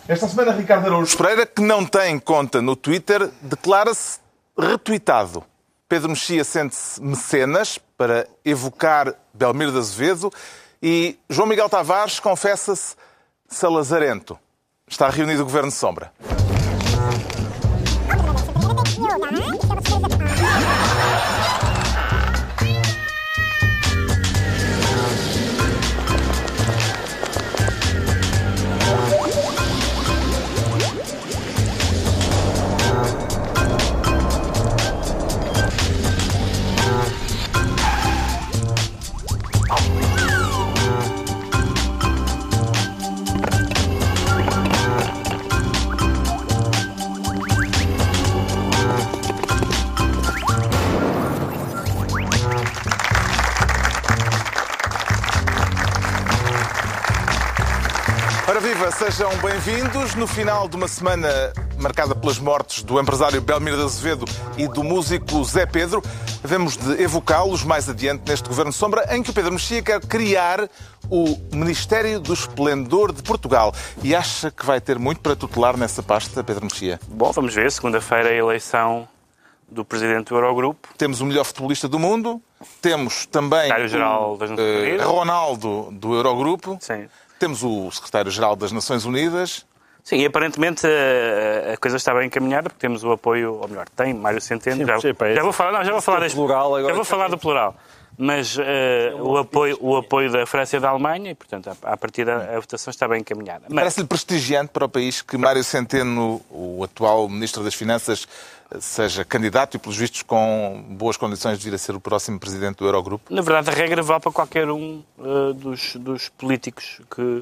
Esta semana, Ricardo Araújo Pereira, que não tem conta no Twitter, declara-se retuitado. Pedro Mexia sente-se mecenas para evocar Belmiro de Azevedo e João Miguel Tavares confessa-se salazarento. Está reunido o Governo de Sombra. Ora viva, sejam bem-vindos. No final de uma semana marcada pelas mortes do empresário Belmiro de Azevedo e do músico Zé Pedro, havemos de evocá-los mais adiante neste Governo de Sombra, em que o Pedro Mexia quer criar o Ministério do Esplendor de Portugal. E acha que vai ter muito para tutelar nessa pasta, Pedro Mexia? Bom, vamos ver. Segunda-feira a eleição do Presidente do Eurogrupo. Temos o melhor futebolista do mundo. Temos também Secretário-Geral das Nações Unidas. Ronaldo do Eurogrupo. Sim. Temos o Secretário-Geral das Nações Unidas. Sim, e aparentemente a coisa está bem encaminhada, porque temos o apoio, ou melhor, tem Mário Centeno. Já vou falar do plural. Mas o apoio da França e da Alemanha, e, portanto, a partir da votação está bem encaminhada. Parece-lhe prestigiante para o país que Mário Centeno, o atual Ministro das Finanças, seja candidato e, pelos vistos, com boas condições de vir a ser o próximo Presidente do Eurogrupo? Na verdade, a regra vale para qualquer um dos políticos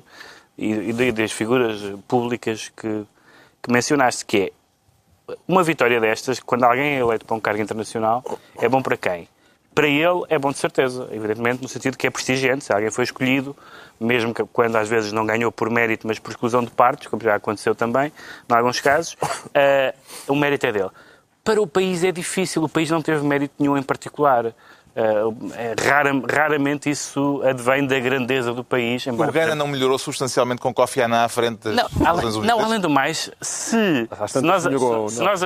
e das figuras públicas que mencionaste, que é uma vitória destas, quando alguém é eleito para um cargo internacional, é bom para quem? Para ele é bom de certeza, evidentemente, no sentido que é prestigiante. Se alguém foi escolhido, mesmo que quando às vezes não ganhou por mérito, mas por exclusão de partes, como já aconteceu também, em alguns casos, o mérito é dele. Para o país é difícil, o país não teve mérito nenhum em particular. Raramente isso advém da grandeza do país. O Ghana não melhorou substancialmente com Kofi Annan à frente das Nações Unidas? Não, além do mais, se nós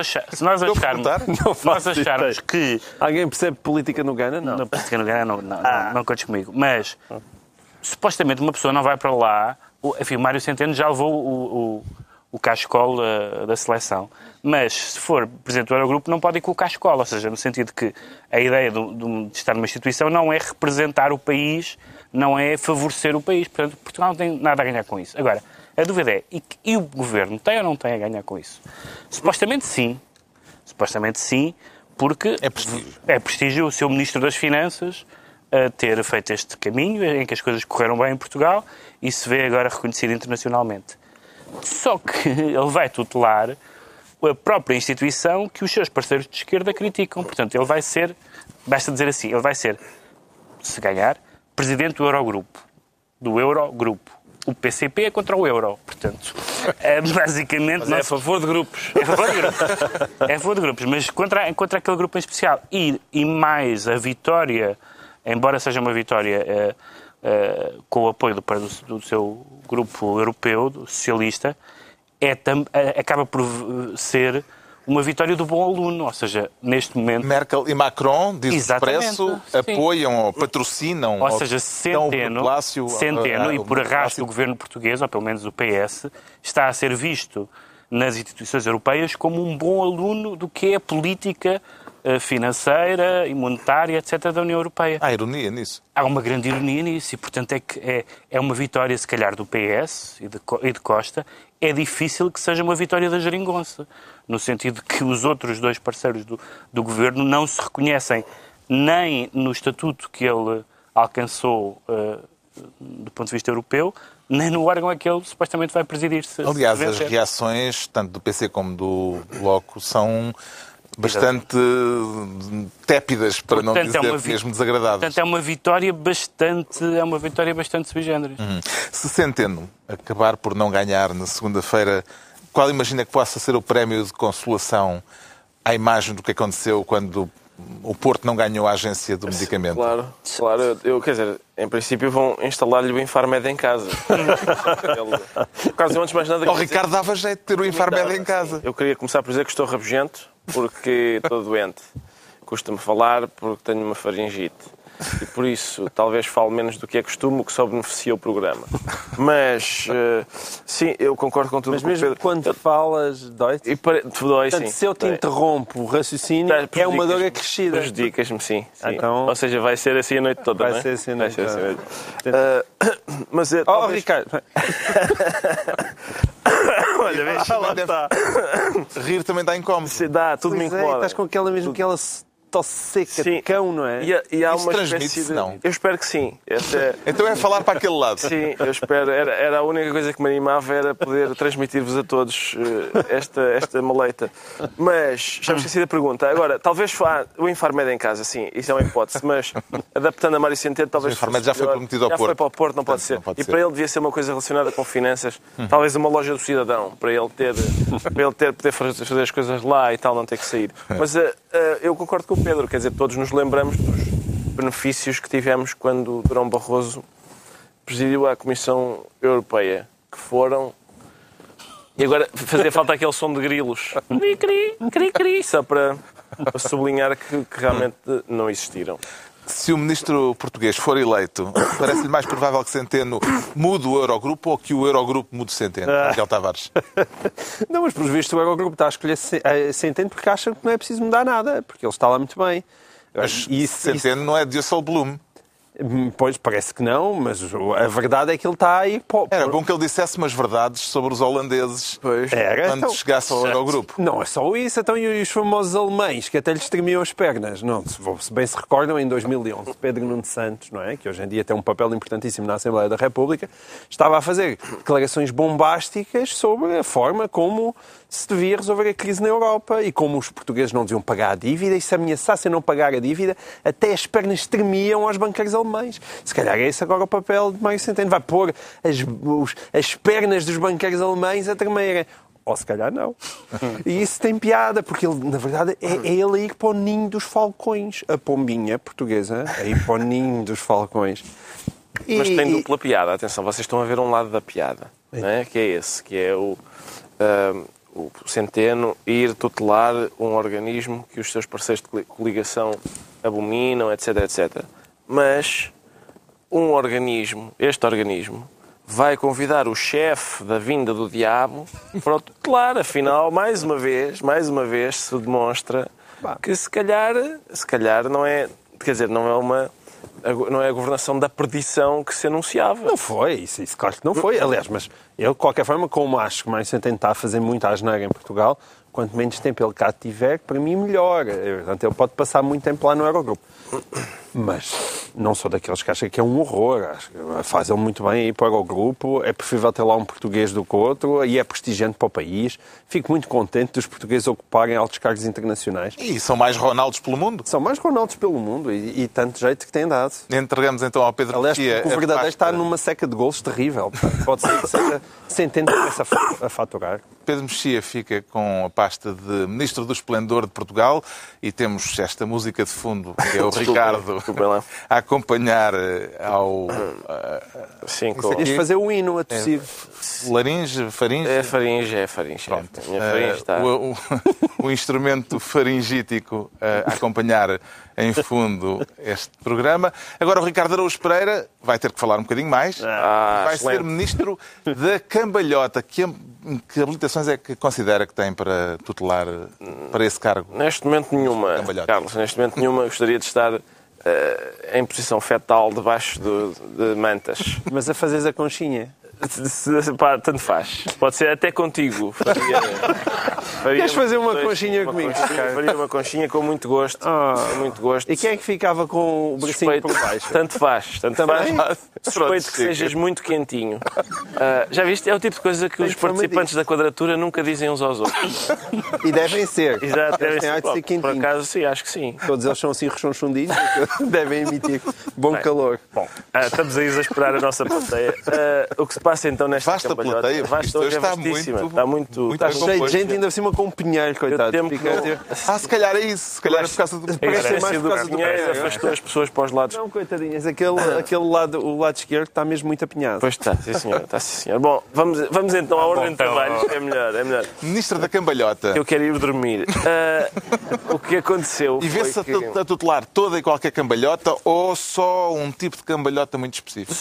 acharmos que... Alguém percebe política no Ghana? Não. Política no Ghana não contes comigo. Mas, supostamente, uma pessoa não vai para lá... Enfim, o Mário Centeno já levou o cachecol da seleção. Mas, se for Presidente do Eurogrupo, não pode ir com o cachecol. Ou seja, no sentido que a ideia de estar numa instituição não é representar o país, não é favorecer o país. Portanto, Portugal não tem nada a ganhar com isso. Agora, a dúvida é, e o Governo tem ou não tem a ganhar com isso? Supostamente sim. Porque é prestígio o seu Ministro das Finanças ter feito este caminho, em que as coisas correram bem em Portugal, e se vê agora reconhecido internacionalmente. Só que ele vai tutelar a própria instituição que os seus parceiros de esquerda criticam. Portanto, ele vai ser, basta dizer assim, ele vai ser, se ganhar, Presidente do Eurogrupo. O PCP é contra o euro, portanto, basicamente... Mas é a favor de grupos. É a favor de grupos, mas contra aquele grupo em especial. E mais a vitória, embora seja uma vitória com o apoio do seu grupo europeu, do socialista, acaba por ser uma vitória do bom aluno. Ou seja, neste momento... Merkel e Macron, diz o Expresso, apoiam ou patrocinam... Ou seja, Centeno e por arrasto o governo português, ou pelo menos o PS, está a ser visto nas instituições europeias como um bom aluno do que é a política financeira e monetária, etc., da União Europeia. Há ironia nisso. Há uma grande ironia nisso e, portanto, é uma vitória, se calhar, do PS e de Costa. É difícil que seja uma vitória da geringonça, no sentido que os outros dois parceiros do governo não se reconhecem nem no estatuto que ele alcançou do ponto de vista europeu, nem no órgão a que ele supostamente vai presidir-se. Aliás, as reações, tanto do PC como do Bloco, são bastante tépidas, para não dizer mesmo desagradáveis. Portanto, é uma vitória bastante sui generis. Se Centeno acabar por não ganhar na segunda-feira, qual imagina que possa ser o prémio de consolação à imagem do que aconteceu quando o Porto não ganhou a agência do medicamento. Claro. Quer dizer, em princípio vão instalar-lhe o Infarmed em casa. Por causa, antes de mais nada... O Ricardo dava jeito de ter o Infarmed em casa. Eu queria começar por dizer que estou rabugento, porque estou doente. Custa-me falar porque tenho uma faringite. E por isso, talvez fale menos do que é costume, o que só beneficia o programa. Mas, sim, eu concordo com tudo. Mas mesmo quando falas, dói-te? Dói, Portanto, sim. se eu te interrompo o raciocínio, é uma dor acrescida. Prejudicas-me, sim. Então... Ou seja, vai ser assim a noite toda, não é? Vai ser assim a noite toda. Mas Ricardo... Olha, vês, lá está. Rir também dá incómodo. Dá, tudo me incomoda. Estás com aquela tosse seca de cão, não é? E há Isso uma transmite-se, espécie de... não? Eu espero que sim. Então é falar para aquele lado. Sim, eu espero. Era a única coisa que me animava, era poder transmitir-vos a todos esta maleita. Mas, já me esqueci da pergunta. Agora, talvez o Infarmed em casa, sim, isso é uma hipótese, mas adaptando a Mário Centeno, talvez... O Infarmed já foi prometido ao Porto. Já foi para o Porto, não pode ser. E para ele devia ser uma coisa relacionada com finanças, talvez uma loja do cidadão, para ele poder fazer as coisas lá e tal, não ter que sair. Mas eu concordo com o Pedro, quer dizer, todos nos lembramos dos benefícios que tivemos quando Durão Barroso presidiu a Comissão Europeia, que foram... E agora fazia falta aquele som de grilos. Cri, só para sublinhar que realmente não existiram. Se o ministro português for eleito, parece-lhe mais provável que Centeno mude o Eurogrupo ou que o Eurogrupo mude Centeno? Miguel Tavares. Não, mas, pelos vistos, o Eurogrupo está a escolher Centeno porque acha que não é preciso mudar nada, porque ele está lá muito bem. Mas Centeno não é de Dijsselbloem. Pois, parece que não, mas a verdade é que ele está aí... Era bom que ele dissesse umas verdades sobre os holandeses quando chegasse ao Eurogrupo. Não é só isso, então e os famosos alemães que até lhes tremiam as pernas? Não, se bem se recordam, em 2011, Pedro Nuno Santos, não é? Que hoje em dia tem um papel importantíssimo na Assembleia da República, estava a fazer declarações bombásticas sobre a forma como se devia resolver a crise na Europa e como os portugueses não deviam pagar a dívida e se ameaçassem não pagar a dívida, até as pernas tremiam aos banqueiros alemães. Se calhar é esse agora o papel de Mário Centeno. Vai pôr as pernas dos banqueiros alemães a tremerem. Ou se calhar não. E isso tem piada, porque ele, na verdade, é ele a ir para o ninho dos falcões. A pombinha portuguesa a ir para o ninho dos falcões. Mas tem dupla piada. Atenção, vocês estão a ver um lado da piada. Não é? Que é esse, que é o Centeno ir tutelar um organismo que os seus parceiros de coligação abominam, etc, etc. Mas este organismo, vai convidar o chefe da vinda do diabo para o tutelar. Afinal, mais uma vez se demonstra que se calhar não é, quer dizer, não é a governação da perdição que se anunciava. Não foi, isso claro que não foi. Aliás, mas eu, de qualquer forma, como acho que Mário Centeno está a fazer muita asneira em Portugal, quanto menos tempo ele cá tiver, para mim melhor. Portanto, ele pode passar muito tempo lá no Eurogrupo. Mas não sou daqueles que acham que é um horror. Acho que faz ele muito bem ir para o Eurogrupo. É preferível ter lá um português do que outro e é prestigiante para o país. Fico muito contente dos portugueses ocuparem altos cargos internacionais. E são mais Ronaldos pelo mundo? São mais Ronaldos pelo mundo e tanto jeito que têm dado. Entregamos então ao Pedro Mexia. Aliás, o verdadeiro pasta... está numa seca de golos terrível. Pode ser que seja Centeno começa a faturar. Pedro Mexia fica com a pasta de Ministro do Esplendor de Portugal e temos esta música de fundo, que é o Ricardo a acompanhar ao... Sim, tens de fazer o hino a tossir. Faringe? É faringe. Pronto. Minha faringe está... o instrumento faringítico a acompanhar em fundo este programa. Agora o Ricardo Araújo Pereira vai ter que falar um bocadinho mais. Vai ser Ministro da Cambalhota. Que habilitações é que considera que tem para tutelar para esse cargo? Neste momento nenhuma, Carlos. Neste momento nenhuma. Gostaria de estar em posição fetal debaixo de mantas. Mas a fazeres a conchinha? Pá, tanto faz. Pode ser até contigo. Queres fazer uma conchinha comigo? Faria uma conchinha com muito gosto. Muito gosto. E quem é que ficava com o bracinho por baixo? Tanto faz. Suspeito que sejas muito quentinho. Já viste? É o tipo de coisa que os participantes da quadratura nunca dizem uns aos outros. E devem ser. Exato, devem ser quentinhos. Por acaso, sim, acho que sim. Todos eles são assim rechonchundinhos. Devem emitir bom calor. Bom, estamos a exasperar a nossa plateia. O que se passa então nesta Vasta cambalhota? plateia, porque isto hoje está muito Está cheio de composto. gente, ainda por cima com um pinheiro, coitado. Se calhar é isso. Se calhar é por causa do... A essência do pinheiro afastou as pessoas para os lados. Não, coitadinhas, aquele lado, o lado esquerdo está mesmo muito apinhado. Pois está, sim senhor. Está, sim, senhor. Bom, vamos então à ordem de trabalhos. É melhor. Ministra da Cambalhota. Eu quero ir dormir. O que aconteceu E vê-se foi a tutelar toda e qualquer cambalhota ou só um tipo de cambalhota muito específico?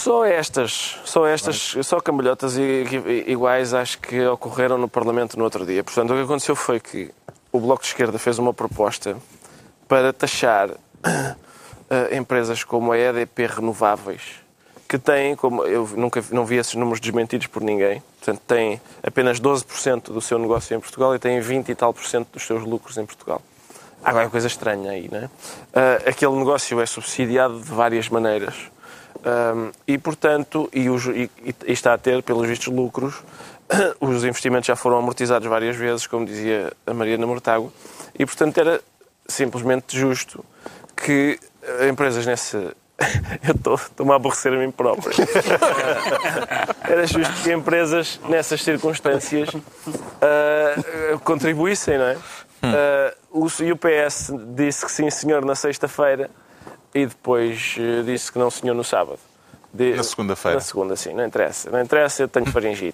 Só cambalhotas iguais acho que ocorreram no Parlamento no outro dia. Portanto, o que aconteceu foi que o Bloco de Esquerda fez uma proposta para taxar empresas como a EDP Renováveis, que têm, como eu não vi esses números desmentidos por ninguém, portanto, têm apenas 12% do seu negócio em Portugal e têm 20 e tal por cento dos seus lucros em Portugal. Há alguma coisa estranha aí, não é? Aquele negócio é subsidiado de várias maneiras. E, portanto, e está a ter, pelos vistos, lucros. Os investimentos já foram amortizados várias vezes, como dizia a Mariana Mortágua, e, portanto, era simplesmente justo que empresas nessa... Eu estou-me a aborrecer a mim próprio. Era justo que empresas, nessas circunstâncias, contribuíssem, não é? O PS disse que sim, senhor, na sexta-feira, e depois disse que não, senhor, no sábado. Na segunda-feira. Na segunda, sim. Não interessa, eu tenho faringite.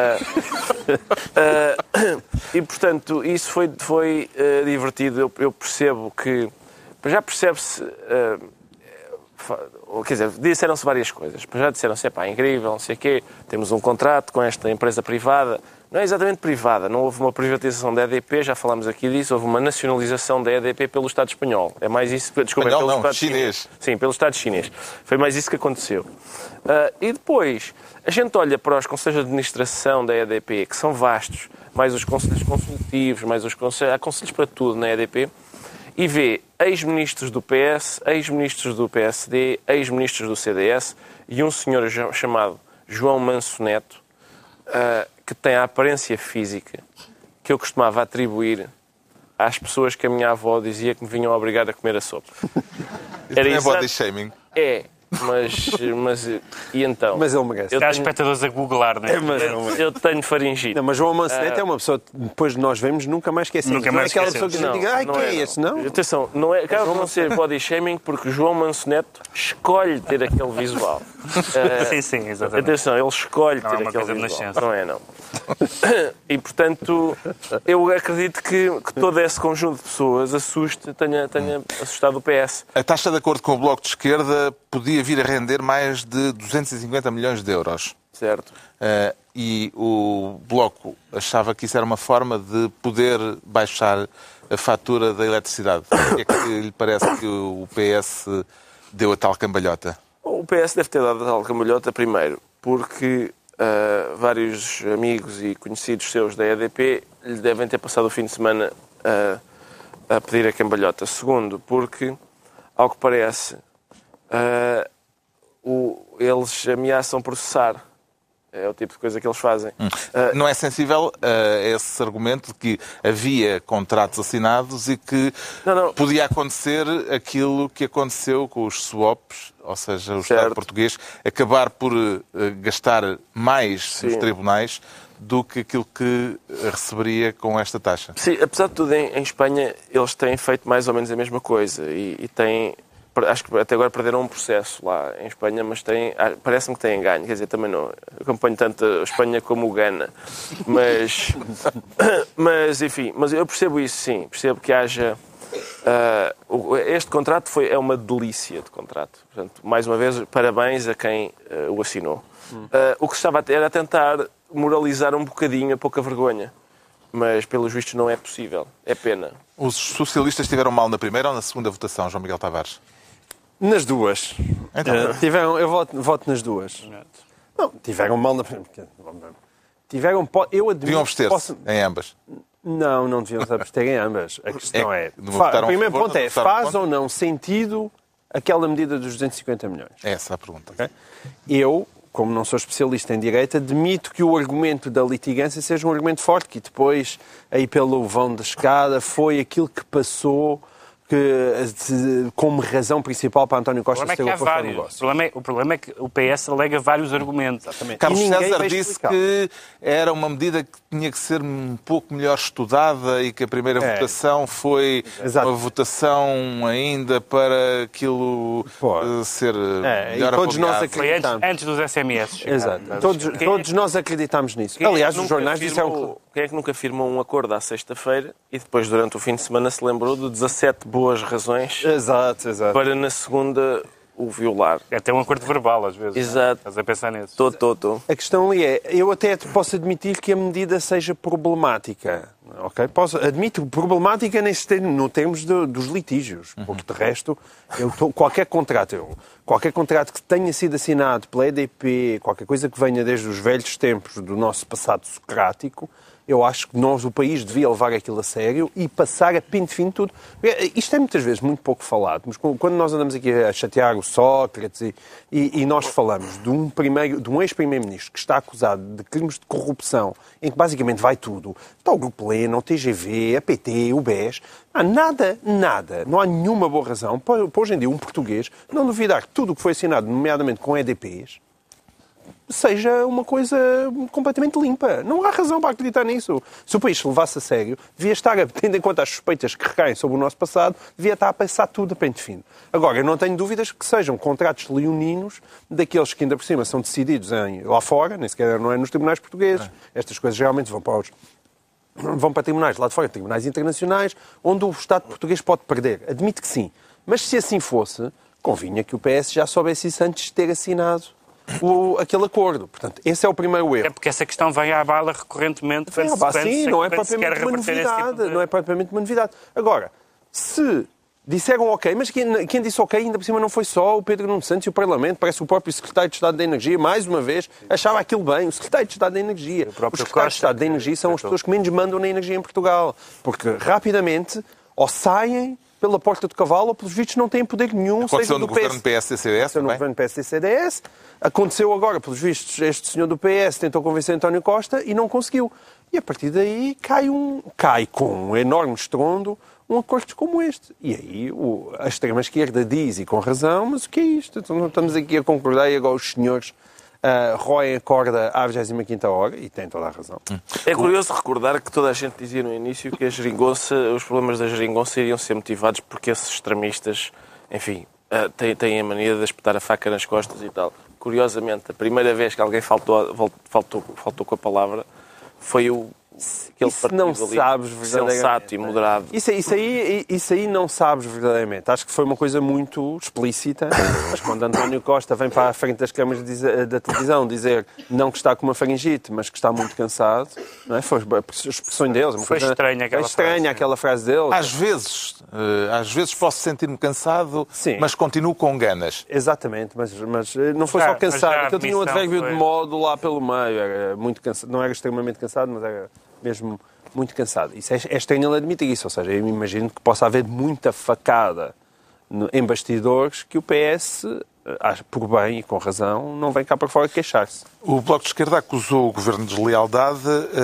E, portanto, isso foi divertido. Eu percebo que... Já percebe-se... Quer dizer, disseram-se várias coisas. Já disseram-se, é incrível, não sei o quê, temos um contrato com esta empresa privada. Não é exatamente privada, não houve uma privatização da EDP, já falámos aqui disso, houve uma nacionalização da EDP pelo Estado espanhol. É mais isso... Desculpa, espanhol, pelo não, Estado chinês. Sim, pelo Estado chinês. Foi mais isso que aconteceu. E depois, a gente olha para os conselhos de administração da EDP, que são vastos, mais os conselhos consultivos, mais os conselhos... Há conselhos para tudo na EDP, e vê ex-ministros do PS, ex-ministros do PSD, ex-ministros do CDS e um senhor chamado João Manso Neto, que tem a aparência física que eu costumava atribuir às pessoas que a minha avó dizia que me vinham obrigar a comer a sopa. É body shaming. É. Mas e então? Mas ele merece. Há espectadores a googlar, não é? Eu tenho faringite. Não, mas João Manso Neto é uma pessoa que depois de nós vemos nunca mais esquecemos. Nunca mais aquela pessoa que a gente diga, quem é esse? Não? Atenção, não é, acaba por não ser body shaming porque João Manso Neto escolhe ter aquele visual. Sim, exatamente. Atenção, ele escolhe ter aquele visual. Não é, não. E, portanto, eu acredito que todo esse conjunto de pessoas tenha assustado o PS. A taxa, de acordo com o Bloco de Esquerda, podia vir a render mais de 250 milhões de euros. Certo. E o Bloco achava que isso era uma forma de poder baixar a fatura da eletricidade. O que é que lhe parece que o PS deu a tal cambalhota? O PS deve ter dado a tal cambalhota, primeiro, porque vários amigos e conhecidos seus da EDP lhe devem ter passado o fim de semana a pedir a cambalhota. Segundo, porque, ao que parece, eles ameaçam processar. É o tipo de coisa que eles fazem. Não é sensível a esse argumento de que havia contratos assinados e que podia acontecer aquilo que aconteceu com os swaps, ou seja, o Estado português acabar por gastar mais nos tribunais do que aquilo que receberia com esta taxa? Sim, apesar de tudo, em Espanha eles têm feito mais ou menos a mesma coisa e têm... Acho que até agora perderam um processo lá em Espanha, mas parece-me que têm ganho. Quer dizer, também não acompanho tanto a Espanha como o Ghana. Mas enfim, mas eu percebo isso, sim. Percebo que haja... este contrato é uma delícia de contrato. Portanto, mais uma vez, parabéns a quem o assinou. O que se estava era a tentar moralizar um bocadinho a pouca vergonha. Mas, pelos vistos, não é possível. É pena. Os socialistas tiveram mal na primeira ou na segunda votação, João Miguel Tavares? Nas duas. Então. Eu voto nas duas. Não, tiveram mal na primeira. Eu admito. Deviam abster-se em ambas. Não deviam se abster em ambas. A questão o primeiro ponto é, faz ou não sentido aquela medida dos 250 milhões? É essa a pergunta. Okay? Eu, como não sou especialista em direito, admito que o argumento da litigância seja um argumento forte, que depois, aí pelo vão da escada, foi aquilo que passou, como razão principal para António Costa se ter oposto ao negócio. O problema é que o PS alega vários argumentos. Exatamente. Carlos César disse que era uma medida que tinha que ser um pouco melhor estudada e que a primeira votação foi uma votação ainda para aquilo ser melhor apoiado. Foi antes dos SMS. Exato. Todos nós acreditamos nisso. Aliás, os jornais disseram... Quem é que nunca firmou um acordo à sexta-feira e depois, durante o fim de semana, se lembrou de 17 boas razões para, na segunda, o violar? É até um acordo verbal, às vezes. Exato. Estás a pensar nisso. Tô. A questão ali é, eu até posso admitir que a medida seja problemática. Okay? Admito problemática no termos dos litígios, porque de resto, qualquer contrato que tenha sido assinado pela EDP, qualquer coisa que venha desde os velhos tempos do nosso passado socrático, eu acho que o país devia levar aquilo a sério e passar a pente fino tudo. Isto é muitas vezes muito pouco falado, mas quando nós andamos aqui a chatear o Sócrates e nós falamos de um ex-primeiro-ministro que está acusado de crimes de corrupção, em que basicamente vai tudo, está o Grupo Lena, o TGV, a PT, o BES, não há nenhuma boa razão para hoje em dia um português não duvidar que tudo o que foi assinado, nomeadamente com EDPs, seja uma coisa completamente limpa. Não há razão para acreditar nisso. Se o país se levasse a sério, devia estar, tendo em conta as suspeitas que recaem sobre o nosso passado, devia estar a passar tudo a pente fino. Agora, eu não tenho dúvidas que sejam contratos leoninos daqueles que ainda por cima são decididos lá fora, nem sequer não é nos tribunais portugueses. Estas coisas geralmente vão para tribunais lá de fora, tribunais internacionais, onde o Estado português pode perder. Admito que sim. Mas se assim fosse, convinha que o PS já soubesse isso antes de ter assinado aquele acordo. Portanto, esse é o primeiro erro. É porque essa questão vem à baila recorrentemente. Sim, não é propriamente uma novidade. Não é propriamente uma novidade. Agora, se disseram ok, mas quem disse ok ainda por cima não foi só o Pedro Nuno Santos e o Parlamento, parece o próprio Secretário de Estado da Energia, mais uma vez, achava aquilo bem. O Secretário de Estado da Energia. Os Secretários de Estado da Energia são as pessoas que menos mandam na energia em Portugal. Porque rapidamente ou saem pela porta do cavalo, ou pelos vistos não têm poder nenhum. Aconteceu no governo PSD-CDS. No governo PSD-CDS. Aconteceu agora, pelos vistos, este senhor do PS tentou convencer António Costa e não conseguiu. E a partir daí cai com um enorme estrondo um acordo como este. E aí a extrema-esquerda diz, e com razão, mas o que é isto? Então não estamos aqui a concordar e agora os senhores roem a corda à 25ª hora, e têm toda a razão. É curioso recordar que toda a gente dizia no início que os problemas da geringonça iriam ser motivados porque esses extremistas, enfim, têm a mania de espetar a faca nas costas e tal. Curiosamente, a primeira vez que alguém faltou com a palavra foi aquele partido não sabes verdadeiramente, sensato e moderado. Isso aí não sabes verdadeiramente. Acho que foi uma coisa muito explícita, mas quando António Costa vem para a frente das câmaras da televisão dizer não que está com uma faringite, mas que está muito cansado, não é? Foi a expressão deles. Foi estranha aquela frase dele. Às vezes posso sentir-me cansado, sim, mas continuo com ganas. Exatamente, mas não foi só cansado, porque eu tinha um advérbio de modo lá pelo meio, era muito cansado, não era extremamente cansado, mas era mesmo muito cansado. Isso é estranho ele admitir isso, ou seja, eu me imagino que possa haver muita facada em bastidores que o PS, por bem e com razão, não vem cá para fora queixar-se. O Bloco de Esquerda acusou o Governo de deslealdade,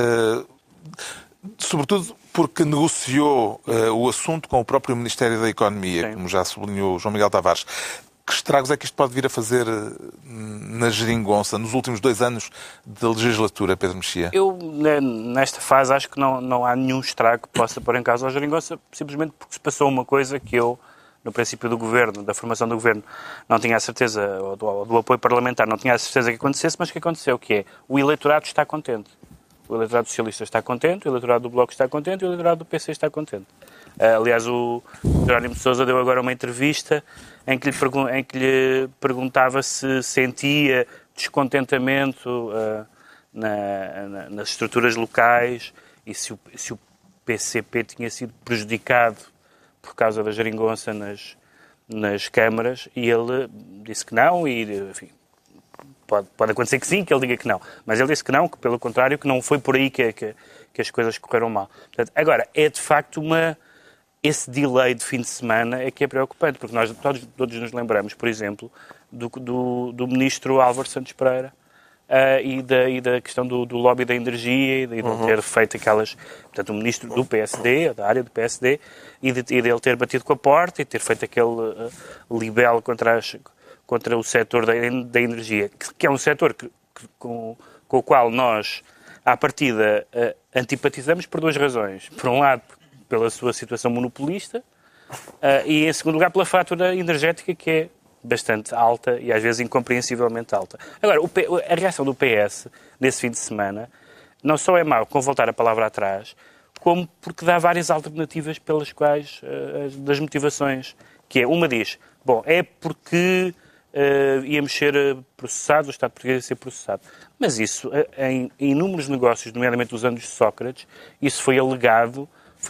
sobretudo porque negociou o assunto com o próprio Ministério da Economia, sim, como já sublinhou João Miguel Tavares. Que estragos é que isto pode vir a fazer na geringonça, nos últimos 2 anos de legislatura, Pedro Mexia? Eu, nesta fase, acho que não há nenhum estrago que possa pôr em causa a geringonça, simplesmente porque se passou uma coisa que eu, no princípio do governo, da formação do governo, não tinha a certeza, ou do apoio parlamentar, não tinha a certeza que acontecesse, mas que aconteceu, que é, o eleitorado está contente. O eleitorado socialista está contente, o eleitorado do Bloco está contente e o eleitorado do PC está contente. Aliás, o Jerónimo de Sousa deu agora uma entrevista em que lhe perguntava se sentia descontentamento nas estruturas locais e se o PCP tinha sido prejudicado por causa da geringonça nas câmaras, e ele disse que não, e enfim, pode acontecer que sim, que ele diga que não, mas ele disse que não, que pelo contrário, que não foi por aí que as coisas correram mal. Portanto, agora, é de facto esse delay de fim de semana é que é preocupante, porque nós todos nos lembramos, por exemplo, do ministro Álvaro Santos Pereira, e da questão do lobby da energia e de ele ter feito aquelas... Portanto, o ministro do PSD, da área do PSD, e de ele ter batido com a porta e ter feito aquele libelo contra o setor da energia, que é um setor com o qual nós, à partida, antipatizamos por duas razões. Por um lado, pela sua situação monopolista, e, em segundo lugar, pela fatura energética, que é bastante alta e, às vezes, incompreensivelmente alta. Agora, a reação do PS, nesse fim de semana, não só é mau com voltar a palavra atrás, como porque dá várias alternativas pelas quais, das motivações, que é, uma diz, bom, é porque íamos ser processados, o Estado português ia ser processado. Mas isso, em inúmeros negócios, nomeadamente dos anos de Sócrates, isso foi alegado,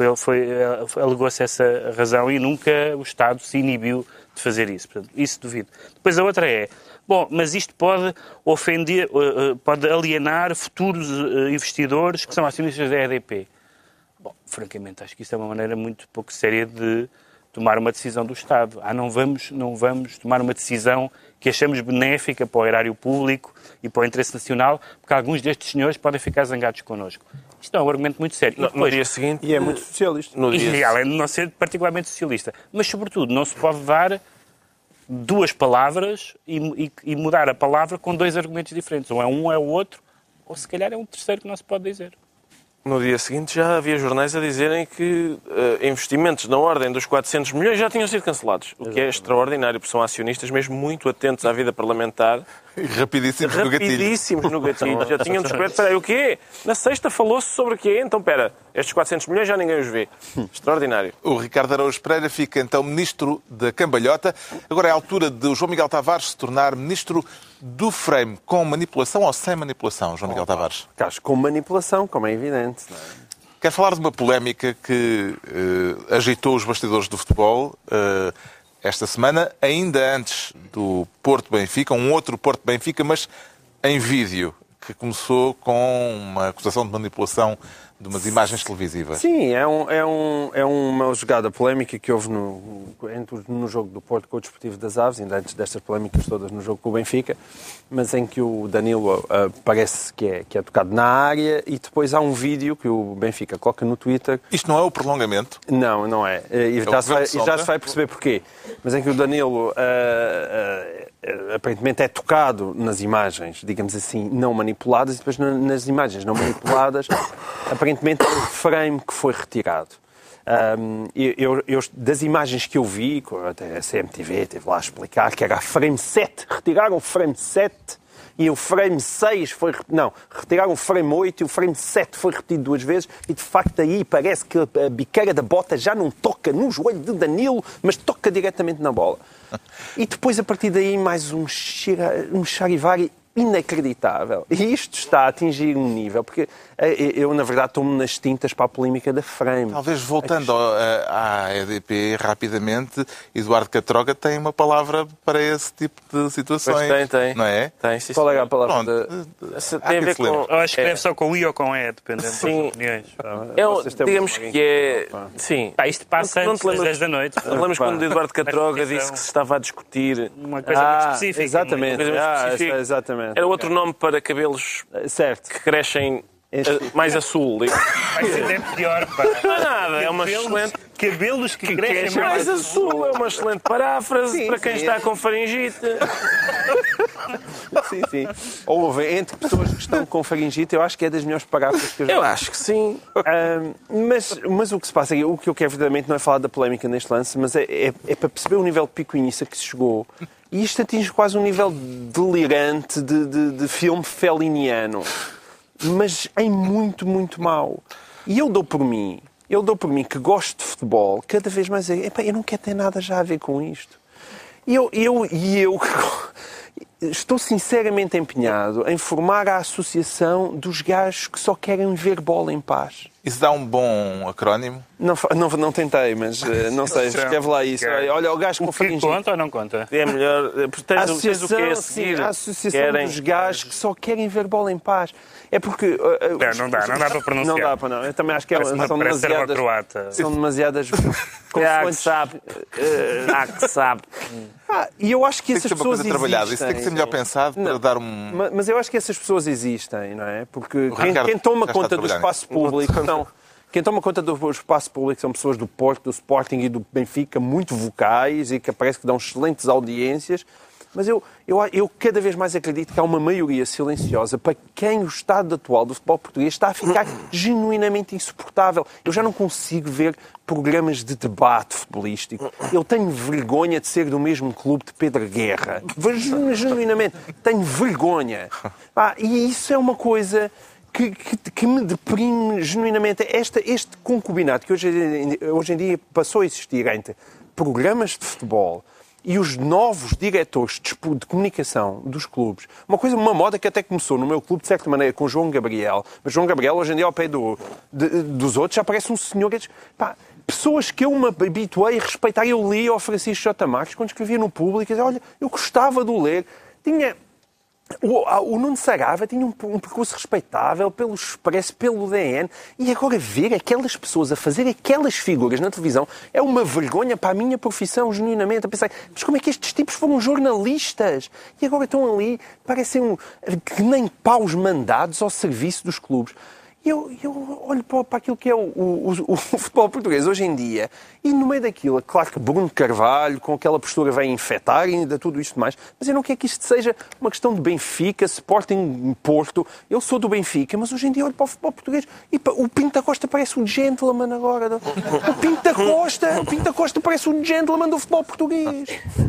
alegou-se essa razão e nunca o Estado se inibiu de fazer isso. Portanto, isso duvido. Depois a outra é, bom, mas isto pode ofender, pode alienar futuros investidores que são acionistas da EDP. Bom, francamente, acho que isso é uma maneira muito pouco séria de tomar uma decisão do Estado. Não vamos tomar uma decisão que achamos benéfica para o erário público e para o interesse nacional, porque alguns destes senhores podem ficar zangados connosco. Isto é um argumento muito sério. No dia seguinte... E é muito socialista. E além de não ser particularmente socialista. Mas, sobretudo, não se pode dar duas palavras e mudar a palavra com dois argumentos diferentes. Ou é um, ou é o outro, ou se calhar é um terceiro que não se pode dizer. No dia seguinte já havia jornais a dizerem que investimentos na ordem dos 400 milhões já tinham sido cancelados. O que é extraordinário, porque são acionistas mesmo muito atentos à vida parlamentar. Rapidíssimos no gatilho. Rapidíssimos no gatilho. Já tinham descoberto, espera aí, o quê? Na sexta falou-se sobre o quê? Então, espera, estes 400 milhões já ninguém os vê. Extraordinário. O Ricardo Araújo Pereira fica então ministro da cambalhota. Agora é a altura de João Miguel Tavares se tornar ministro do frame, com manipulação ou sem manipulação, João Miguel Tavares? Caso com manipulação, como é evidente. Não é? Quero falar de uma polémica que agitou os bastidores do futebol esta semana, ainda antes do Porto-Benfica, um outro Porto-Benfica, mas em vídeo, que começou com uma acusação de manipulação de umas imagens televisivas. Sim, é uma jogada polémica que houve no jogo do Porto com o Desportivo das Aves, ainda antes destas polémicas todas no jogo com o Benfica, mas em que o Danilo parece que é tocado na área e depois há um vídeo que o Benfica coloca no Twitter. Isto não é o prolongamento? Não, não é. E já se vai perceber porquê. Mas em que o Danilo aparentemente é tocado nas imagens, digamos assim, não manipuladas, e depois nas imagens não manipuladas, aparentemente é um frame que foi retirado. Das imagens que eu vi, até a CMTV teve lá a explicar que era a frame 7, retiraram o frame 7 e o frame 6 foi... Não, retiraram o frame 8 e o frame 7 foi repetido duas vezes e, de facto, aí parece que a biqueira da bota já não toca no joelho de Danilo, mas toca diretamente na bola. E depois, a partir daí, mais um charivari inacreditável. E isto está a atingir um nível, porque eu, na verdade, estou-me nas tintas para a polémica da frame. Talvez voltando à EDP rapidamente, Eduardo Catroga tem uma palavra para esse tipo de situações. Pois tem. Não é? Tem, sim. Qual é a palavra? Tem a ver com... Eu acho que deve só com I ou com E, dependendo das opiniões. Digamos que é... Sim. Isto passa antes das 10 da noite. Lembras quando Eduardo Catroga disse que se estava a discutir... Uma coisa muito específica. Exatamente. Exatamente. Era outro nome para cabelos certo. que crescem mais a sul. Vai ser até pior, pá. Não é nada, é uma excelente... Cabelos que crescem mais a sul. É uma excelente paráfrase para quem está com faringite. Sim. Ou entre pessoas que estão com faringite, eu acho que é das melhores paráfrases que eu já vi. Eu acho que sim. Mas o que se passa aqui, o que eu quero verdadeiramente não é falar da polémica neste lance, mas é para perceber o nível de picuinhice a que se chegou. E isto atinge quase um nível delirante de filme feliniano. Mas em muito, muito mau. E eu dou por mim que gosto de futebol, cada vez mais eu não quero ter nada já a ver com isto. E eu estou sinceramente empenhado em formar a associação dos gajos que só querem ver bola em paz. Isso dá um bom acrónimo? Não tentei, mas não sei, escreve lá isso. Olha, o gajo com faringite. Conta ou não conta? É melhor... A associação dos gajos que só querem ver bola em paz. É porque... Não dá para pronunciar. Não dá para não. Eu também acho que são demasiadas consoantes. que sabe. E eu acho que essas pessoas existem. Isso tem que ser melhor pensado para dar um... Mas eu acho que essas pessoas existem, não é? Porque quem toma conta do espaço público... Quem toma conta do espaço público são pessoas do Porto, do Sporting e do Benfica, muito vocais e que parece que dão excelentes audiências. Mas eu cada vez mais acredito que há uma maioria silenciosa para quem o estado atual do futebol português está a ficar genuinamente insuportável. Eu já não consigo ver programas de debate futebolístico. Eu tenho vergonha de ser do mesmo clube de Pedro Guerra. Genuinamente, tenho vergonha. E isso é uma coisa... Que me deprime genuinamente. Este concubinato que hoje em dia passou a existir entre programas de futebol e os novos diretores de comunicação dos clubes. Uma moda que até começou no meu clube, de certa maneira, com o João Gabriel. Mas João Gabriel, hoje em dia, ao pé dos outros, já parece um senhor... Pessoas que eu me habituei a respeitar. Eu li ao Francisco J. Marques, quando escrevia no Público, olha, eu gostava de o ler. O Nuno Saraiva tinha um percurso respeitável pelo Expresso, pelo DN, e agora ver aquelas pessoas a fazer aquelas figuras na televisão é uma vergonha para a minha profissão, genuinamente, a pensar, mas como é que estes tipos foram jornalistas? E agora estão ali, parecem que nem paus mandados ao serviço dos clubes. Eu olho para aquilo que é o futebol português hoje em dia e no meio daquilo, claro que Bruno Carvalho com aquela postura vai infectar e ainda tudo isto mais, mas eu não quero que isto seja uma questão de Benfica, Sporting, Porto. Eu sou do Benfica, mas hoje em dia olho para o futebol português e o Pinto da Costa parece um gentleman agora. O Pinto da Costa parece um gentleman do futebol português.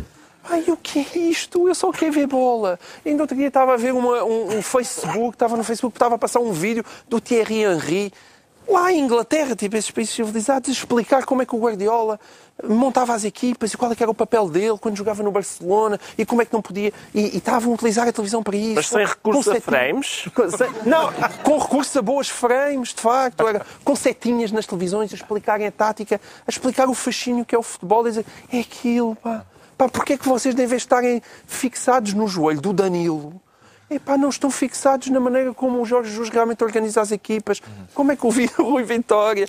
O que é isto? Eu só quero ver bola. Ainda outro dia estava a ver um Facebook, estava a passar um vídeo do Thierry Henry, lá em Inglaterra, tipo esses países civilizados, a explicar como é que o Guardiola montava as equipas e qual é que era o papel dele quando jogava no Barcelona e como é que não podia... E estavam a utilizar a televisão para isso. Mas sem recurso a frames? Não, com recurso a boas frames, de facto. Com setinhas nas televisões a explicarem a tática, a explicar o fascínio que é o futebol, a dizer, é aquilo, Porquê é que vocês devem estarem fixados no joelho do Danilo? Não estão fixados na maneira como o Jorge Jesus realmente organiza as equipas. Como é que o Rui Vitória...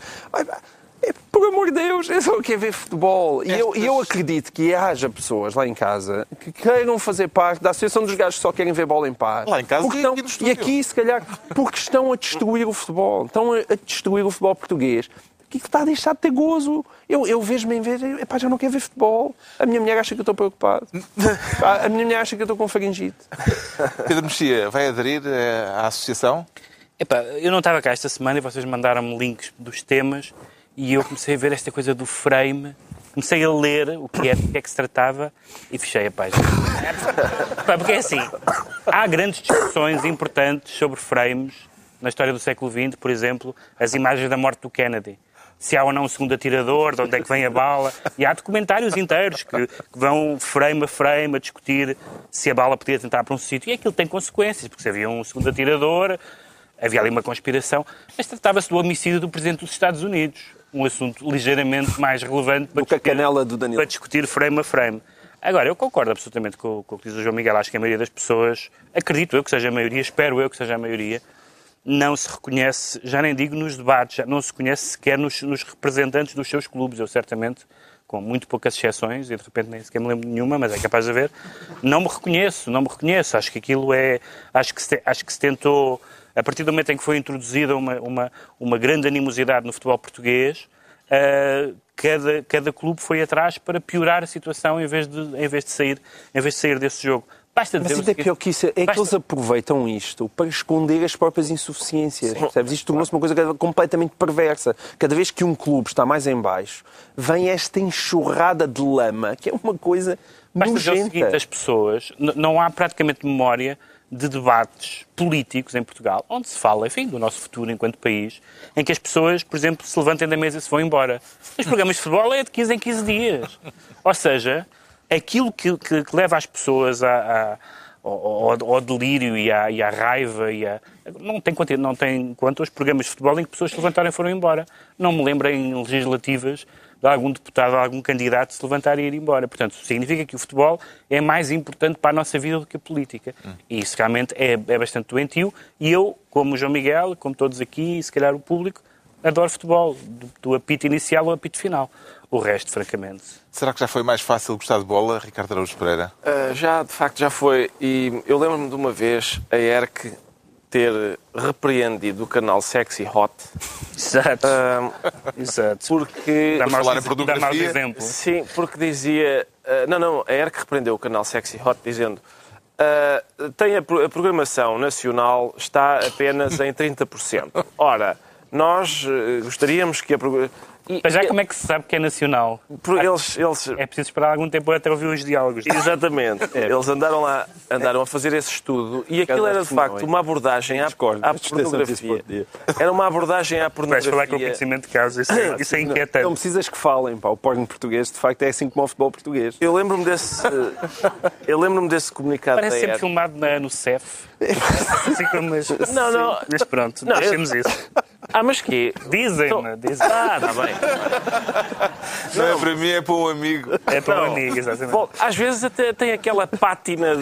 Por amor de Deus, eu só quero ver futebol. E eu acredito que haja pessoas lá em casa que queiram fazer parte da Associação dos Gajos que só querem ver bola em paz. Lá em casa e aqui, se calhar, porque estão a destruir o futebol. Estão a destruir o futebol português. Que está a deixar de ter gozo. Eu vejo-me em vez... já não quero ver futebol. A minha mulher acha que eu estou preocupado. A minha mulher acha que eu estou com faringite. Pedro Mexia, vai aderir à associação? Eu não estava cá esta semana e vocês mandaram-me links dos temas e eu comecei a ver esta coisa do frame. Comecei a ler o que é que se tratava e fechei a página. Porque é assim, há grandes discussões importantes sobre frames na história do século XX, por exemplo, as imagens da morte do Kennedy. Se há ou não um segundo atirador, de onde é que vem a bala. E há documentários inteiros que vão frame a frame a discutir se a bala podia tentar para um sítio. E aquilo tem consequências, porque se havia um segundo atirador, havia ali uma conspiração. Mas tratava-se do homicídio do Presidente dos Estados Unidos. Um assunto ligeiramente mais relevante para discutir frame a frame. Agora, eu concordo absolutamente com o que diz o João Miguel. Acho que a maioria das pessoas, acredito eu que seja a maioria, espero eu que seja a maioria, não se reconhece, já nem digo nos debates, já não se reconhece sequer nos representantes dos seus clubes. Eu certamente, com muito poucas exceções, e de repente nem sequer me lembro de nenhuma, mas é capaz de haver, não me reconheço. Acho que aquilo é... Acho que se tentou, a partir do momento em que foi introduzida uma grande animosidade no futebol português, cada clube foi atrás para piorar a situação em vez de sair desse jogo. Mas ainda pior que isso, que eles aproveitam isto para esconder as próprias insuficiências. Percebes? Isto tornou-se uma coisa completamente perversa. Cada vez que um clube está mais em baixo, vem esta enxurrada de lama, que é uma coisa nojenta. Basta dizer o seguinte, as pessoas, não há praticamente memória de debates políticos em Portugal, onde se fala, enfim, do nosso futuro enquanto país, em que as pessoas, por exemplo, se levantem da mesa e se vão embora. Os programas de futebol é de 15 em 15 dias. Ou seja... Aquilo que leva as pessoas ao delírio e à raiva. Não tem conta os programas de futebol em que pessoas se levantaram e foram embora. Não me lembro em legislativas de algum deputado ou algum candidato se levantar e ir embora. Portanto, significa que o futebol é mais importante para a nossa vida do que a política. E isso realmente é bastante doentio. E eu, como o João Miguel, como todos aqui, e se calhar o público, adoro futebol, do apito inicial ao apito final. O resto, francamente. Será que já foi mais fácil gostar de bola, Ricardo Araújo Pereira? De facto, já foi. E eu lembro-me de uma vez a ERC ter repreendido o canal Sexy Hot. Exato. Exato. Porque... Para falar em pornografia. Exemplo. Sim, porque dizia... a ERC repreendeu o canal Sexy Hot dizendo a programação nacional está apenas em 30%. Ora, nós gostaríamos que a programação... Mas já como é que se sabe que é nacional? É preciso esperar algum tempo até ouvir os diálogos. Exatamente. Eles andaram a fazer esse estudo e aquilo era, de facto, uma abordagem à pornografia. Era uma abordagem à pornografia. Vais falar com o conhecimento de caso, isso é inquietante. Não precisas que falem, o porno português, de facto, é assim como o futebol português. Eu lembro-me desse comunicado Parece da sempre ERC. filmado no CEF. Assim como, mas pronto, Não, deixemos isso. Mas quê? Dizem-me. Está bem. Não é para mim, é para um amigo. É para um amigo, exatamente. Bom, às vezes até tem aquela pátina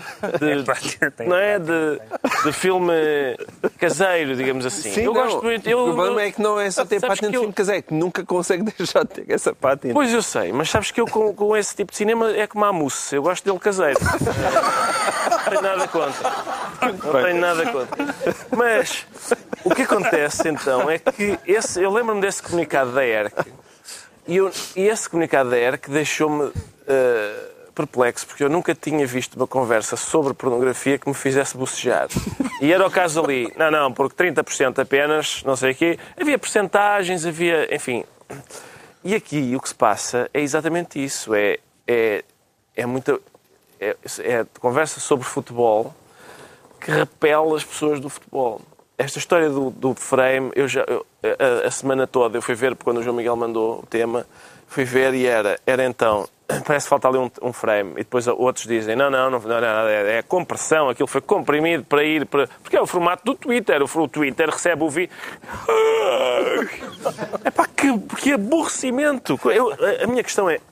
de filme caseiro, digamos assim. Sim, gosto muito. O problema é que não é só ter pátina de filme caseiro, que nunca consegue deixar de ter essa pátina. Pois eu sei, mas sabes que eu com esse tipo de cinema é como a mousse. Eu gosto dele caseiro. Não tenho nada contra. Não tenho nada contra. Mas o que acontece então é que eu lembro-me desse comunicado da ERC e esse comunicado da ERC deixou-me perplexo, porque eu nunca tinha visto uma conversa sobre pornografia que me fizesse bocejar. E era o caso ali, porque 30% apenas, não sei o quê, havia percentagens, enfim. E aqui o que se passa é exatamente isso, é conversa sobre futebol que repele as pessoas do futebol. Esta história do frame, a semana toda eu fui ver, quando o João Miguel mandou o tema, fui ver e era então, parece que falta ali um frame. E depois outros dizem, não, é compressão, aquilo foi comprimido para ir para... Porque é o formato do Twitter, o Twitter recebe o vídeo... Epá, que aborrecimento! A minha questão é...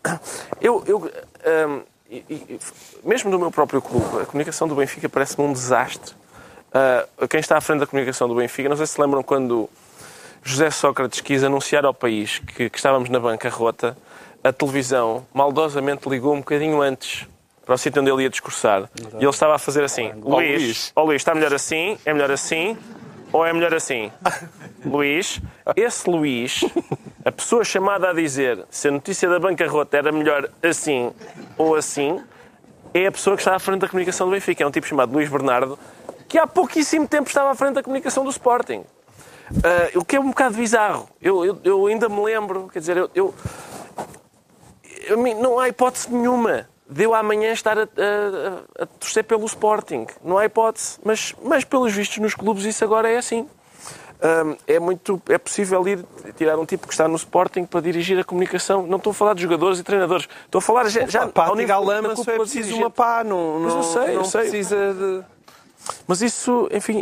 mesmo do meu próprio clube, a comunicação do Benfica parece-me um desastre. Quem está à frente da comunicação do Benfica, não sei se se lembram quando José Sócrates quis anunciar ao país que estávamos na bancarrota, a televisão maldosamente ligou um bocadinho antes para o sítio onde ele ia discursar. E ele estava a fazer assim, Luís, está melhor assim, é melhor assim, ou é melhor assim? Luís, esse Luís, a pessoa chamada a dizer se a notícia da bancarrota era melhor assim ou assim, é a pessoa que está à frente da comunicação do Benfica. É um tipo chamado Luís Bernardo, que há pouquíssimo tempo estava à frente da comunicação do Sporting. O que é um bocado bizarro. Eu ainda me lembro, quer dizer, não há hipótese nenhuma de eu amanhã estar a torcer pelo Sporting. Não há hipótese. Mas pelos vistos nos clubes isso agora é assim. É possível ir tirar um tipo que está no Sporting para dirigir a comunicação. Não estou a falar de jogadores e treinadores. Estou a falar já ao nível lama, só é preciso uma pá. Mas eu sei. Precisa de... Mas isso, enfim,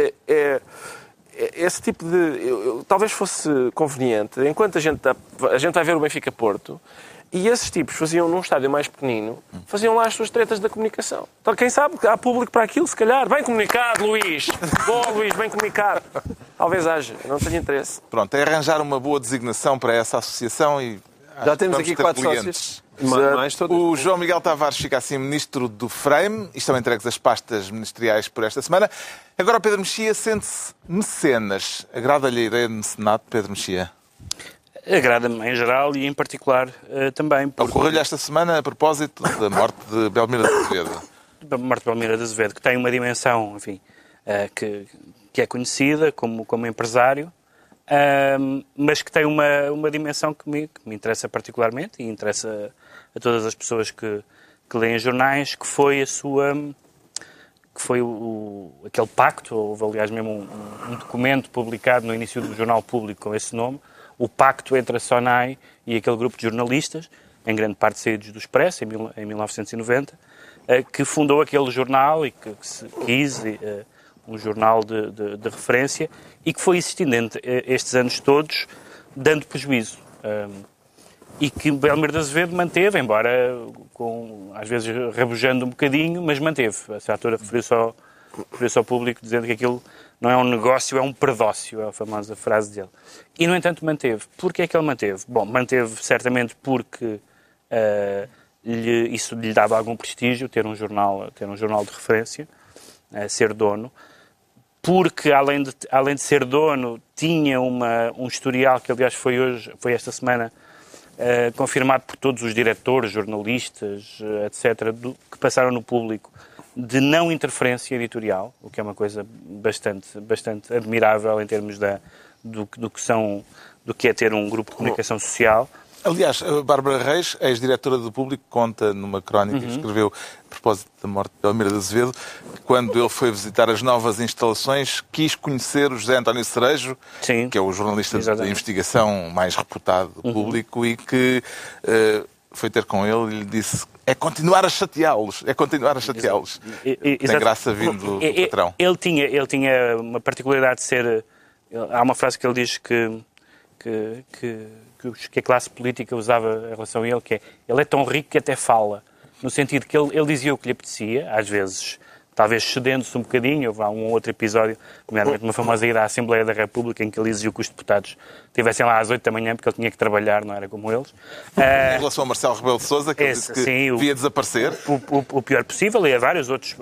esse tipo de... talvez fosse conveniente, enquanto a gente vai ver o Benfica-Porto, e esses tipos faziam num estádio mais pequenino, faziam lá as suas tretas da comunicação. Então, quem sabe, há público para aquilo, se calhar. Bem comunicado, Luís! Boa, Luís, bem comunicado. Talvez haja, não tenho interesse. Pronto, é arranjar uma boa designação para essa associação e... Já temos aqui 4 sócios. O João Miguel Tavares fica assim ministro do Frame e estão entregues as pastas ministeriais por esta semana. Agora o Pedro Mexia sente-se mecenas. Agrada-lhe a ideia de mecenato, Pedro Mexia? Agrada-me em geral e em particular também. Porque... Ocorreu-lhe esta semana a propósito da morte de Belmiro de Azevedo. Da morte de Belmiro de Azevedo, que tem uma dimensão, enfim, que é conhecida como empresário, mas que tem uma dimensão que me interessa particularmente e interessa a todas as pessoas que leem jornais, que foi aquele pacto. Houve, aliás, mesmo um documento publicado no início do Jornal Público com esse nome, o pacto entre a SONAI e aquele grupo de jornalistas, em grande parte saídos do Expresso, em 1990, que fundou aquele jornal e que se quis um jornal de referência e que foi existindo estes anos todos, dando prejuízo. E que Belmiro de Azevedo manteve, embora às vezes rabujando um bocadinho, mas manteve. A certa altura referiu-se ao público dizendo que aquilo não é um negócio, é um predócio, é a famosa frase dele. E, no entanto, manteve. Porquê é que ele manteve? Bom, manteve certamente porque isso lhe dava algum prestígio, ter um jornal de referência, ser dono, porque, além de ser dono, tinha um historial que, aliás, foi esta semana confirmado por todos os diretores, jornalistas, etc., que passaram no Público, de não interferência editorial, o que é uma coisa bastante admirável em termos do que é ter um grupo de comunicação social. Aliás, a Bárbara Reis, ex-diretora do Público, conta numa crónica que escreveu a propósito da morte de Belmiro de Azevedo, que quando ele foi visitar as novas instalações, quis conhecer o José António Cerejo, Sim, que é o jornalista exatamente. de investigação mais reputado do Público, e que foi ter com ele e lhe disse: é continuar a chateá-los. Tem graça vindo do patrão. Ele tinha uma particularidade de ser... Há uma frase que ele diz que a classe política usava em relação a ele, que é: ele é tão rico que até fala. No sentido que ele dizia o que lhe apetecia, às vezes, talvez cedendo-se um bocadinho. Houve um ou outro episódio, nomeadamente uma famosa ida à Assembleia da República, em que ele exigiu que os deputados estivessem lá às 8 da manhã, porque ele tinha que trabalhar, não era como eles. Em relação a Marcelo Rebelo de Sousa, que ele disse que devia desaparecer. O pior possível, e a vários outros